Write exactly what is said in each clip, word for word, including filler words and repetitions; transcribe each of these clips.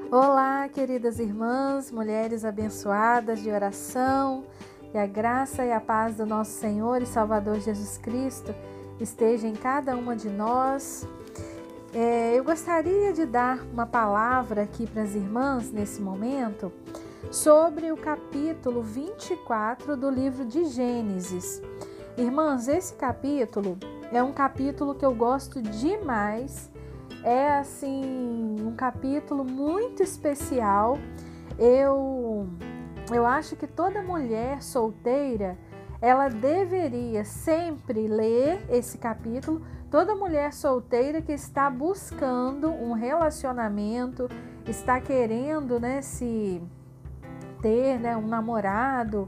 Olá, queridas irmãs, mulheres abençoadas de oração, e a graça e a paz do nosso Senhor e Salvador Jesus Cristo esteja em cada uma de nós. É, eu gostaria de dar uma palavra aqui para as irmãs nesse momento sobre o capítulo vinte e quatro do livro de Gênesis. Irmãs, esse capítulo é um capítulo que eu gosto demais. É assim um capítulo muito especial. Eu, eu acho que toda mulher solteira, ela deveria sempre ler esse capítulo. Toda mulher solteira que está buscando um relacionamento, está querendo, né, se ter, né, um namorado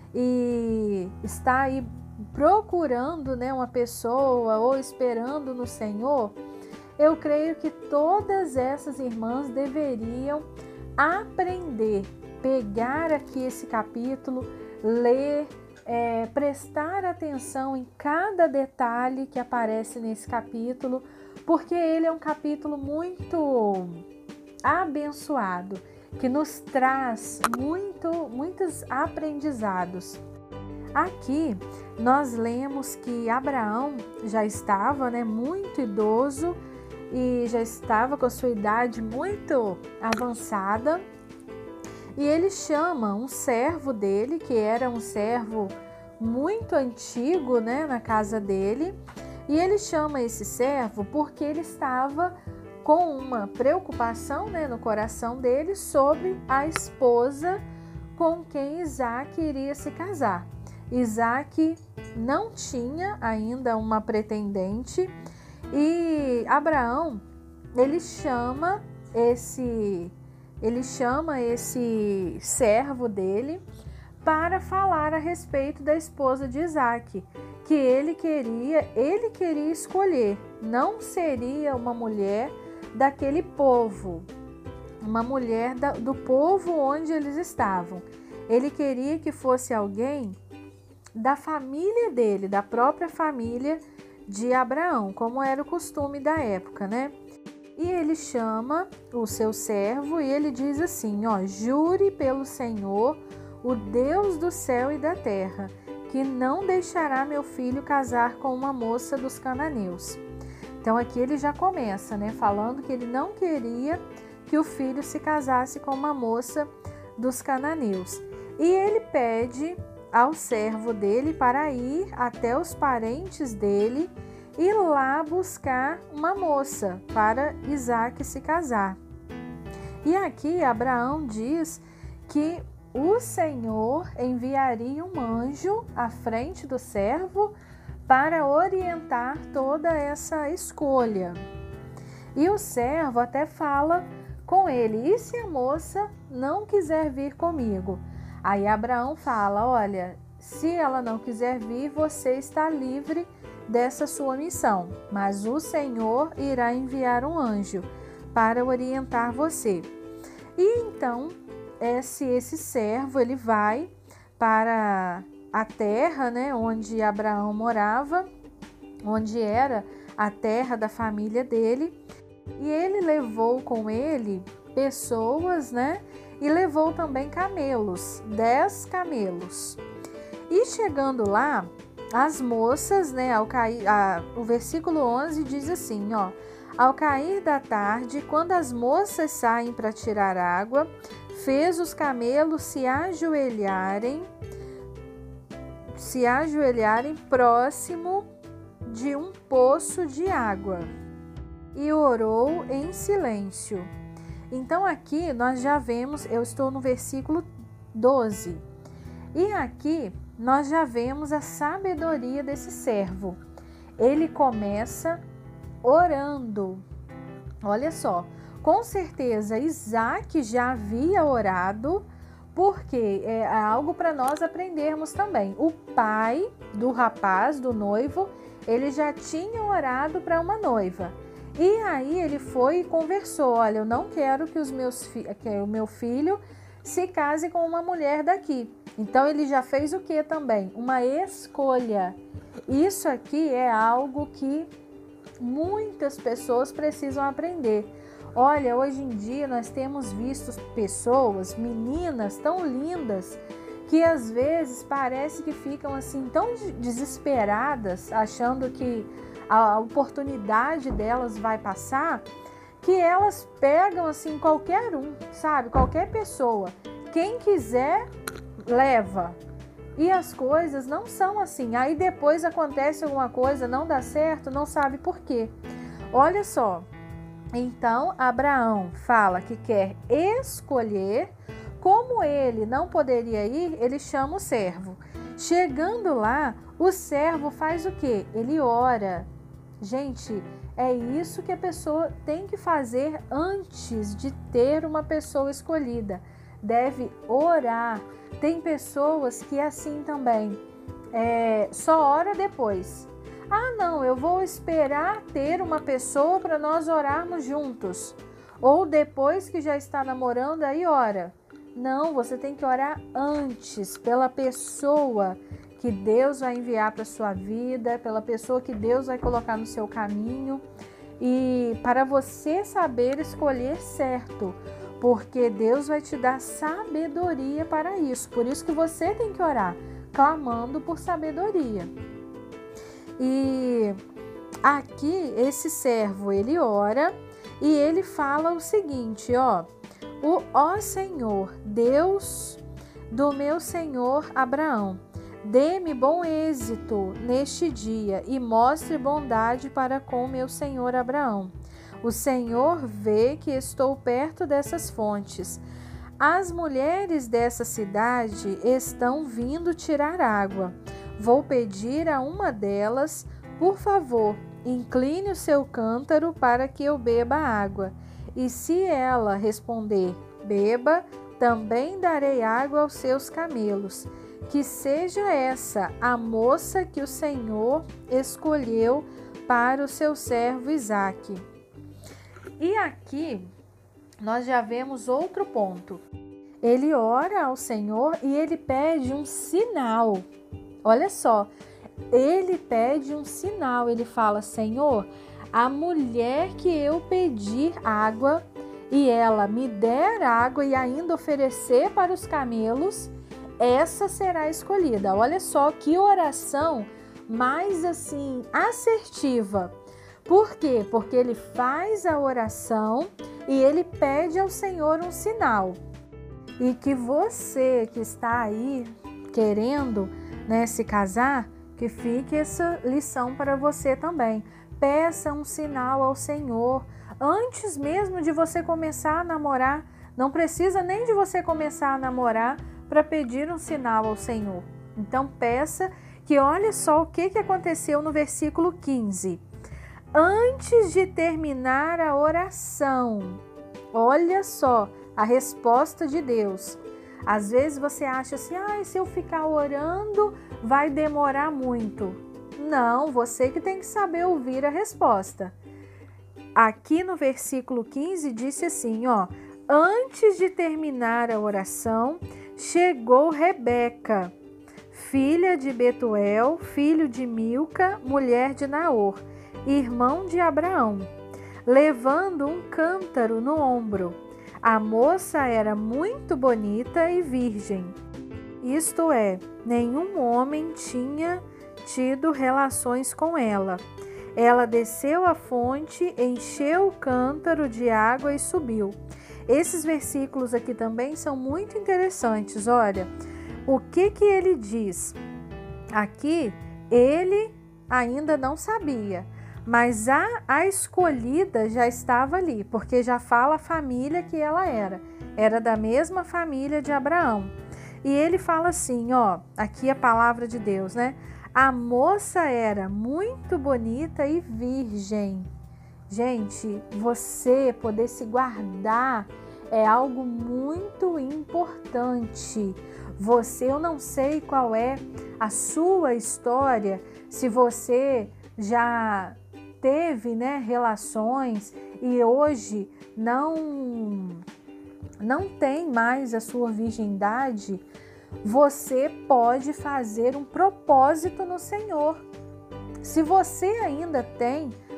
e está aí procurando, né, uma pessoa ou esperando no Senhor. Eu creio que todas essas irmãs deveriam aprender, pegar aqui esse capítulo, ler, é, prestar atenção em cada detalhe que aparece nesse capítulo, porque ele é um capítulo muito abençoado, que nos traz muito, muitos aprendizados. Aqui nós lemos que Abraão já estava, né, muito idoso, e já estava com a sua idade muito avançada, e ele chama um servo dele, que era um servo muito antigo, né, na casa dele, e ele chama esse servo porque ele estava com uma preocupação, né, no coração dele sobre a esposa com quem Isaac iria se casar. Isaac não tinha ainda uma pretendente, e Abraão, ele chama esse, ele chama esse servo dele para falar a respeito da esposa de Isaac, que ele queria, ele queria escolher, não seria uma mulher daquele povo, uma mulher da, do povo onde eles estavam. Ele queria que fosse alguém da família dele, da própria família de Abraão, como era o costume da época, né? E ele chama o seu servo e ele diz assim, ó, jure pelo Senhor, o Deus do céu e da terra, que não deixará meu filho casar com uma moça dos cananeus. Então aqui ele já começa, né, falando que ele não queria que o filho se casasse com uma moça dos cananeus. E ele pede ao servo dele para ir até os parentes dele e lá buscar uma moça para Isaac se casar. E aqui Abraão diz que o Senhor enviaria um anjo à frente do servo para orientar toda essa escolha. E o servo até fala com ele, e se a moça não quiser vir comigo? Aí Abraão fala, olha, se ela não quiser vir, você está livre dessa sua missão, mas o Senhor irá enviar um anjo para orientar você. E então, esse, esse servo, ele vai para a terra, né, onde Abraão morava, onde era a terra da família dele, e ele levou com ele pessoas, né, e levou também camelos, dez camelos. E chegando lá, as moças, né, ao cair, a, o versículo onze diz assim, ó, ao cair da tarde, quando as moças saem para tirar água, fez os camelos se ajoelharem, se ajoelharem próximo de um poço de água e orou em silêncio. Então aqui nós já vemos, eu estou no versículo doze, e aqui nós já vemos a sabedoria desse servo. Ele começa orando. Olha só, com certeza Isaac já havia orado, porque é algo para nós aprendermos também. O pai do rapaz, do noivo, ele já tinha orado para uma noiva. E aí ele foi e conversou, olha, eu não quero que, os meus fi- que o meu filho se case com uma mulher daqui. Então ele já fez o que também? Uma escolha. Isso aqui é algo que muitas pessoas precisam aprender. Olha, hoje em dia nós temos visto pessoas, meninas tão lindas, que às vezes parece que ficam assim tão desesperadas, achando que a oportunidade delas vai passar, que elas pegam assim qualquer um, sabe? Qualquer pessoa. Quem quiser, leva. E as coisas não são assim. Aí depois acontece alguma coisa, não dá certo, não sabe por quê. Olha só. Então, Abraão fala que quer escolher. Como ele não poderia ir, ele chama o servo. Chegando lá, o servo faz o quê? Ele ora. Gente, é isso que a pessoa tem que fazer antes de ter uma pessoa escolhida. Deve orar. Tem pessoas que é assim também, é, só ora depois. Ah, não, eu vou esperar ter uma pessoa para nós orarmos juntos. Ou depois que já está namorando, aí ora. Não, você tem que orar antes pela pessoa que Deus vai enviar para a sua vida, pela pessoa que Deus vai colocar no seu caminho. E para você saber escolher certo, porque Deus vai te dar sabedoria para isso. Por isso que você tem que orar, clamando por sabedoria. E aqui esse servo, ele ora e ele fala o seguinte, ó: o ó Senhor, Deus do meu senhor Abraão, dê-me bom êxito neste dia e mostre bondade para com meu senhor Abraão. O Senhor vê que estou perto dessas fontes. As mulheres dessa cidade estão vindo tirar água. Vou pedir a uma delas, por favor, incline o seu cântaro para que eu beba água. E se ela responder, beba, também darei água aos seus camelos. Que seja essa a moça que o Senhor escolheu para o seu servo Isaque. E aqui nós já vemos outro ponto. Ele ora ao Senhor e ele pede um sinal. Olha só, ele pede um sinal. Ele fala: Senhor, a mulher que eu pedir água e ela me der água e ainda oferecer para os camelos, essa será escolhida. Olha só que oração mais assim assertiva. Por quê? Porque ele faz a oração e ele pede ao Senhor um sinal. E que você que está aí querendo, né, se casar, que fique essa lição para você também. Peça um sinal ao Senhor. Antes mesmo de você começar a namorar, não precisa nem de você começar a namorar para pedir um sinal ao Senhor. Então peça, que olha só o que, que aconteceu no versículo quinze. Antes de terminar a oração, olha só a resposta de Deus. Às vezes você acha assim, ah, se eu ficar orando vai demorar muito. Não, você que tem que saber ouvir a resposta. Aqui no versículo quinze disse assim, ó: antes de terminar a oração, chegou Rebeca, filha de Betuel, filho de Milca, mulher de Naor, irmão de Abraão, levando um cântaro no ombro. A moça era muito bonita e virgem, isto é, nenhum homem tinha tido relações com ela. Ela desceu à fonte, encheu o cântaro de água e subiu. Esses versículos aqui também são muito interessantes. Olha, o que que ele diz? Aqui, ele ainda não sabia, mas a, a escolhida já estava ali, porque já fala a família que ela era. Era da mesma família de Abraão. E ele fala assim, ó, aqui a palavra de Deus, né? A moça era muito bonita e virgem. Gente, você poder se guardar é algo muito importante. Você, eu não sei qual é a sua história, se você já teve, né, relações e hoje não, não tem mais a sua virgindade, você pode fazer um propósito no Senhor. Se você ainda tem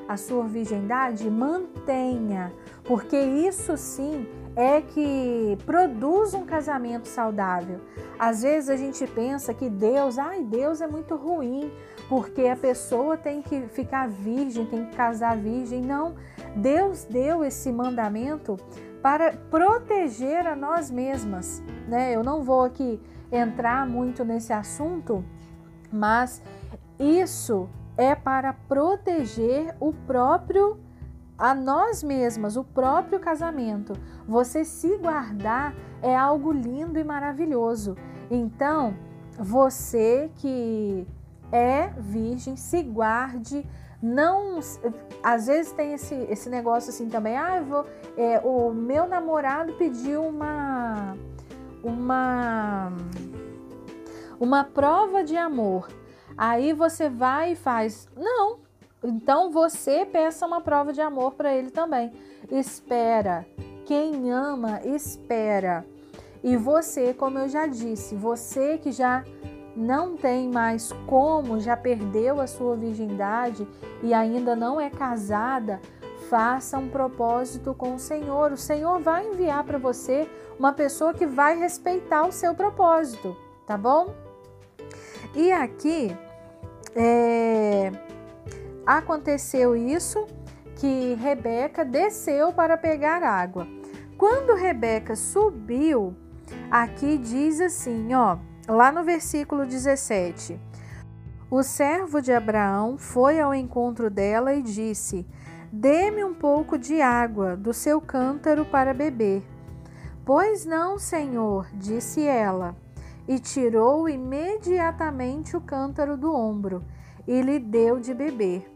a sua virgindade, mantenha, porque isso sim é que produz um casamento saudável. Às vezes a gente pensa que Deus, ai, Deus é muito ruim, porque a pessoa tem que ficar virgem, tem que casar virgem. Não, Deus deu esse mandamento para proteger a nós mesmas, né? Eu não vou aqui entrar muito nesse assunto, mas isso é para proteger o próprio, a nós mesmas, o próprio casamento. Você se guardar é algo lindo e maravilhoso. Então, você que é virgem, se guarde. Não, às vezes tem esse, esse negócio assim também, ah, eu vou, é, o meu namorado pediu uma, uma, uma prova de amor, aí você vai e faz, não, então você peça uma prova de amor para ele também, espera, quem ama espera, e você, como eu já disse, você que já não tem mais como, já perdeu a sua virgindade e ainda não é casada, faça um propósito com o Senhor. O Senhor vai enviar para você uma pessoa que vai respeitar o seu propósito, tá bom? E aqui é, aconteceu isso, que Rebeca desceu para pegar água. Quando Rebeca subiu, aqui diz assim, ó, lá no versículo dezessete, o servo de Abraão foi ao encontro dela e disse, dê-me um pouco de água do seu cântaro para beber. Pois não, Senhor, disse ela, e tirou imediatamente o cântaro do ombro e lhe deu de beber.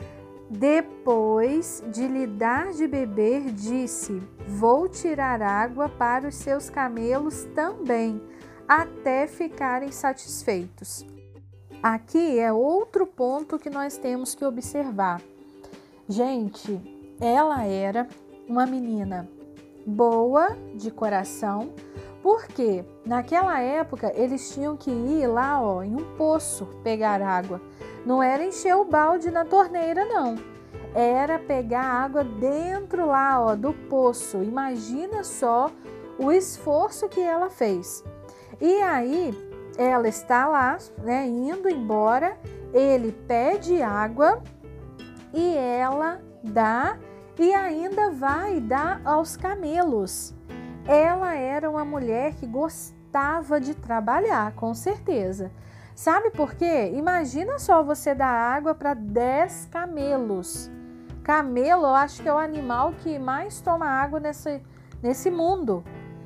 Depois de lhe dar de beber, disse, vou tirar água para os seus camelos também, até ficarem satisfeitos. Aqui é outro ponto que nós temos que observar. Gente, ela era uma menina boa de coração, porque naquela época eles tinham que ir lá, ó, em um poço pegar água. Não era encher o balde na torneira, não. Era pegar água dentro lá, ó, do poço. Imagina só o esforço que ela fez. E aí, ela está lá, né, indo embora, ele pede água e ela dá e ainda vai dar aos camelos. Ela era uma mulher que gostava de trabalhar, com certeza. Sabe por quê? Imagina só você dar água para dez camelos. Camelo, eu acho que é o animal que mais toma água nesse, nesse mundo.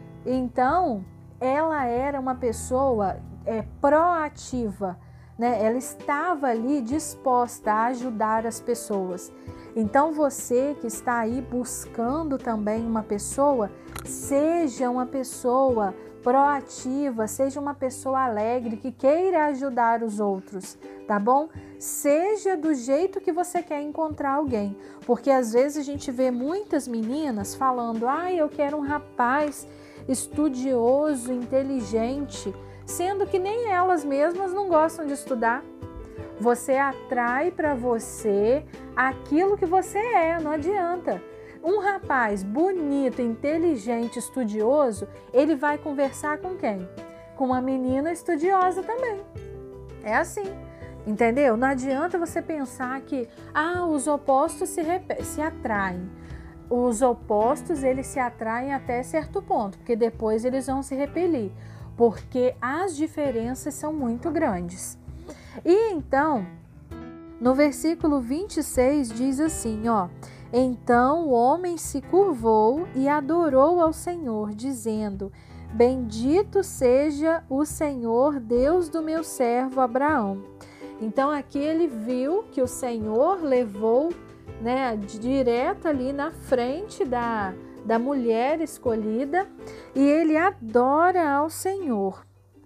Então, ela era uma pessoa é, proativa, né? Ela estava ali disposta a ajudar as pessoas. Então você que está aí buscando também uma pessoa, seja uma pessoa proativa, seja uma pessoa alegre que queira ajudar os outros, tá bom? Seja do jeito que você quer encontrar alguém, porque às vezes a gente vê muitas meninas falando, ah, eu quero um rapaz estudioso, inteligente, sendo que nem elas mesmas não gostam de estudar. Você atrai para você aquilo que você é, não adianta. Um rapaz bonito, inteligente, estudioso, ele vai conversar com quem? Com uma menina estudiosa também. É assim, entendeu? Não adianta você pensar que ah, os opostos se, se atraem. Os opostos, eles se atraem até certo ponto, porque depois eles vão se repelir, porque as diferenças são muito grandes. E então, no versículo vinte e seis diz assim, ó, então o homem se curvou e adorou ao Senhor, dizendo, bendito seja o Senhor, Deus do meu servo Abraão. Então aqui ele viu que o Senhor levou, né, direto ali na frente da, da mulher escolhida, e ele adora ao Senhor.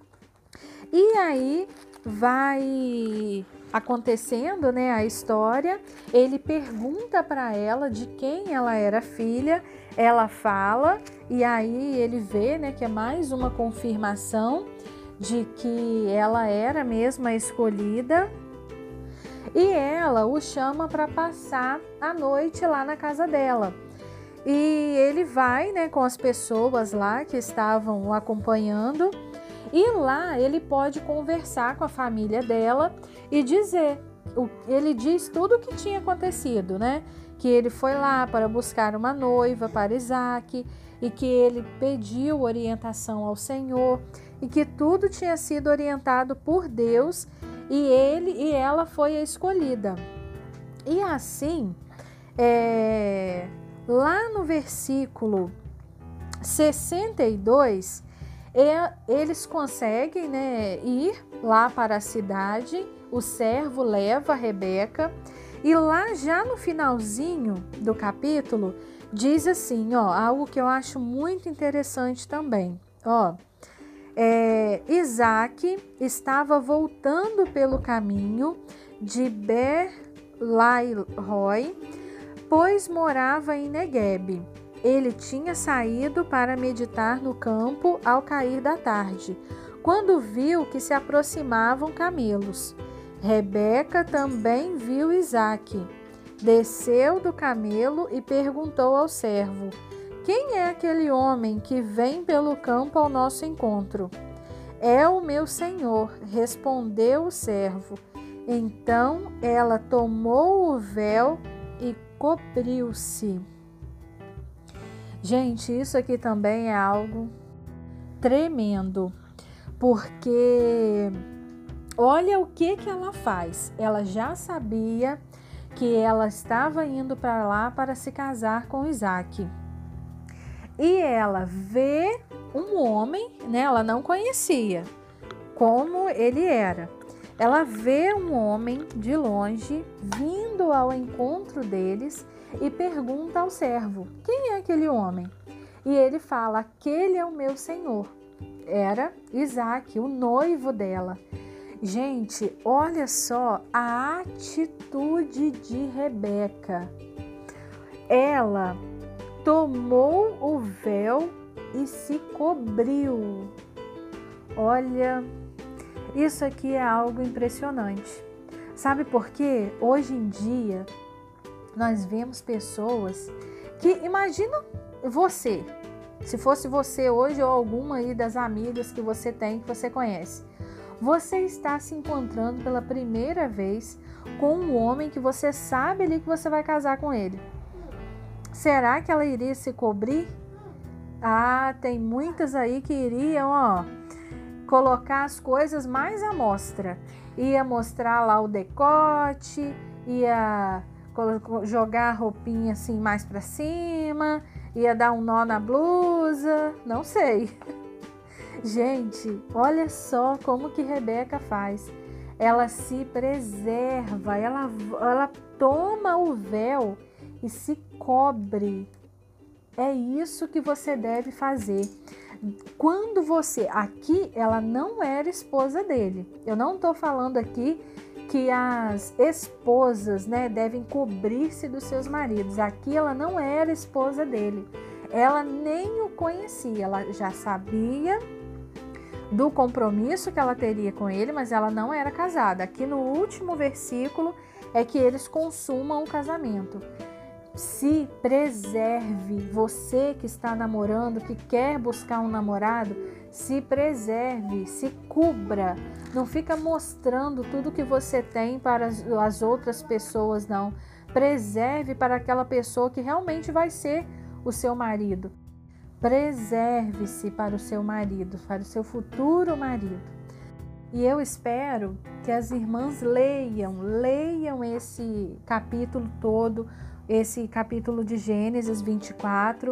E aí vai acontecendo, né, a história. Ele pergunta para ela de quem ela era filha, ela fala, e aí ele vê, né, que é mais uma confirmação de que ela era mesmo a escolhida. e ela o chama para passar a noite lá na casa dela. E ele vai, né, com as pessoas lá que estavam o acompanhando, e lá ele pode conversar com a família dela e dizer, ele diz tudo o que tinha acontecido, né? Que ele foi lá para buscar uma noiva para Isaac e que ele pediu orientação ao Senhor e que tudo tinha sido orientado por Deus e ele e ela foi a escolhida. E assim, é, lá no versículo sessenta e dois, é, eles conseguem, né, ir lá para a cidade, o servo leva a Rebeca, e lá já no finalzinho do capítulo, diz assim, ó, algo que eu acho muito interessante também, ó, é, Isaac estava voltando pelo caminho de Ber-lai-roi, pois morava em Neguebe. Ele tinha saído para meditar no campo ao cair da tarde, quando viu que se aproximavam camelos. Rebeca também viu Isaque. Desceu do camelo e perguntou ao servo: quem é aquele homem que vem pelo campo ao nosso encontro? É o meu senhor, respondeu o servo. Então ela tomou o véu e cobriu-se. Gente, isso aqui também é algo tremendo, porque olha o que que ela faz. Ela já sabia que ela estava indo para lá para se casar com Isaac. E ela vê um homem, né? Ela não conhecia como ele era. Ela vê um homem de longe vindo ao encontro deles e pergunta ao servo: quem é aquele homem? E ele fala: aquele é o meu senhor. Era Isaac, o noivo dela. Gente, olha só a atitude de Rebeca. Ela tomou o véu e se cobriu. Olha, isso aqui é algo impressionante. Sabe por quê? Hoje em dia, nós vemos pessoas que, imagina você, se fosse você hoje ou alguma aí das amigas que você tem, que você conhece, você está se encontrando pela primeira vez com um homem que você sabe ali que você vai casar com ele. Será que ela iria se cobrir? Ah, tem muitas aí que iriam, ó, colocar as coisas mais à mostra. Ia mostrar lá o decote, ia jogar a roupinha assim mais para cima, ia dar um nó na blusa, não sei. Gente, olha só como que Rebeca faz. Ela se preserva, ela, ela toma o véu e se cobre. É isso que você deve fazer. Quando você... Aqui, ela não era esposa dele. Eu não estou falando aqui que as esposas, né, devem cobrir-se dos seus maridos. Aqui ela não era esposa dele. Ela nem o conhecia. Ela já sabia do compromisso que ela teria com ele, mas ela não era casada. Aqui no último versículo é que eles consumam o casamento. Se preserve, você que está namorando, que quer buscar um namorado, se preserve, se cubra. Não fica mostrando tudo que você tem para as outras pessoas, não. Preserve para aquela pessoa que realmente vai ser o seu marido. Preserve-se para o seu marido, para o seu futuro marido. E eu espero que as irmãs leiam, leiam esse capítulo todo, esse capítulo de Gênesis vinte e quatro,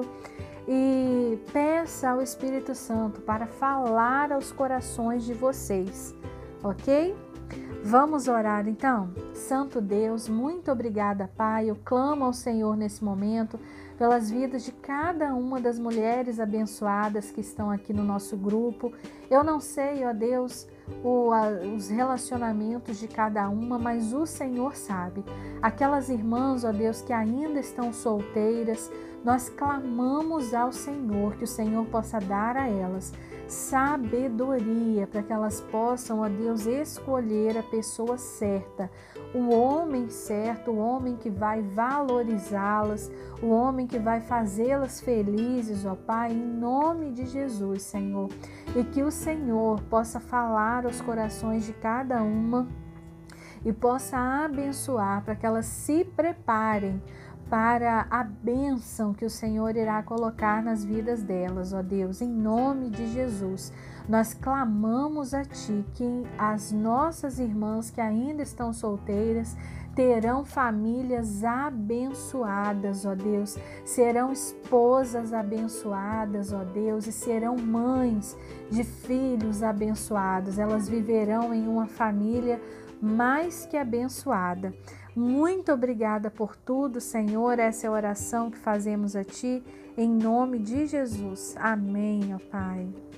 e peça ao Espírito Santo para falar aos corações de vocês, ok? Vamos orar então? Santo Deus, muito obrigada, Pai. Eu clamo ao Senhor nesse momento pelas vidas de cada uma das mulheres abençoadas que estão aqui no nosso grupo. Eu não sei, ó Deus, o, a, os relacionamentos de cada uma, mas o Senhor sabe. Aquelas irmãs, ó Deus, que ainda estão solteiras, nós clamamos ao Senhor, que o Senhor possa dar a elas sabedoria, para que elas possam, ó Deus, escolher a pessoa certa, o homem certo, o homem que vai valorizá-las, o homem que vai fazê-las felizes, ó Pai, em nome de Jesus, Senhor. E que o Senhor possa falar aos corações de cada uma e possa abençoar para que elas se preparem para a bênção que o Senhor irá colocar nas vidas delas, ó Deus, em nome de Jesus. Nós clamamos a Ti que as nossas irmãs que ainda estão solteiras terão famílias abençoadas, ó Deus, serão esposas abençoadas, ó Deus, e serão mães de filhos abençoados. Elas viverão em uma família mais que abençoada. Muito obrigada por tudo, Senhor. Essa é a oração que fazemos a Ti, em nome de Jesus. Amém, ó Pai.